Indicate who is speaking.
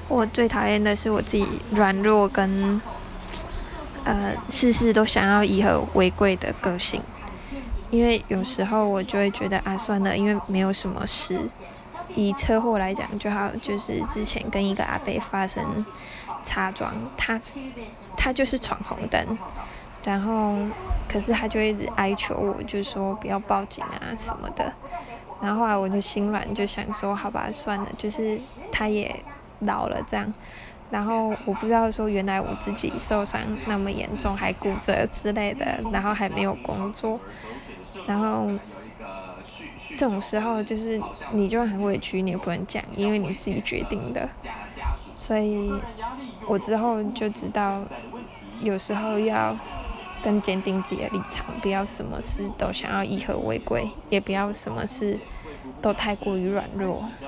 Speaker 1: 我最讨厌的是我自己软弱跟事事都想要以和为贵的个性。因为有时候我就会觉得算了，因为没有什么事。以车祸来讲就好，就是之前跟一个阿伯发生擦撞，他就是闯红灯，然后可是他就一直哀求我，就说不要报警啊什么的。然后后来我就心软，就想说好吧，算了，就是他也老了这样。然后我不知道说原来我自己受伤那么严重，还骨折之类的，然后还没有工作，然后这种时候就是你就很委屈，你也不能讲，因为你自己决定的。所以我之后就知道，有时候要更坚定自己的立场，不要什么事都想要以和为贵，也不要什么事都太过于软弱。